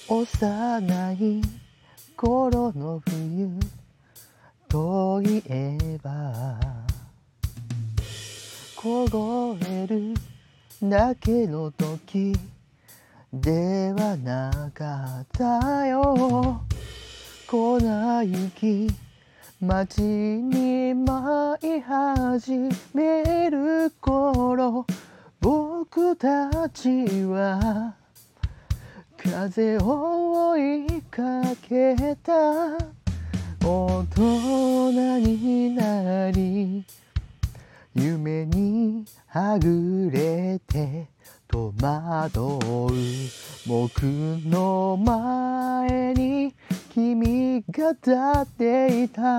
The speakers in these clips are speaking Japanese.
幼い頃の冬といえば凍えるだけの時ではなかったよ。粉雪街に舞い始める頃、僕たちは風を追いかけた。大人になり夢にはぐれて戸惑う僕の前に君が立っていた。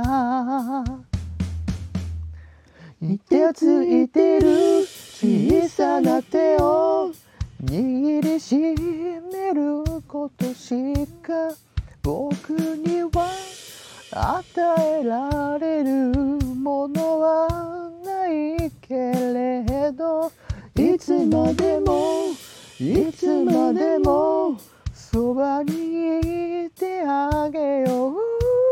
凍てついてる小さな手を握りしめることしか僕には与えられるものはないけれど、いつまでもいつまでもそばにいてあげよう。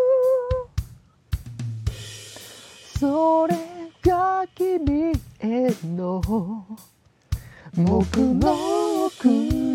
それが君への僕の贈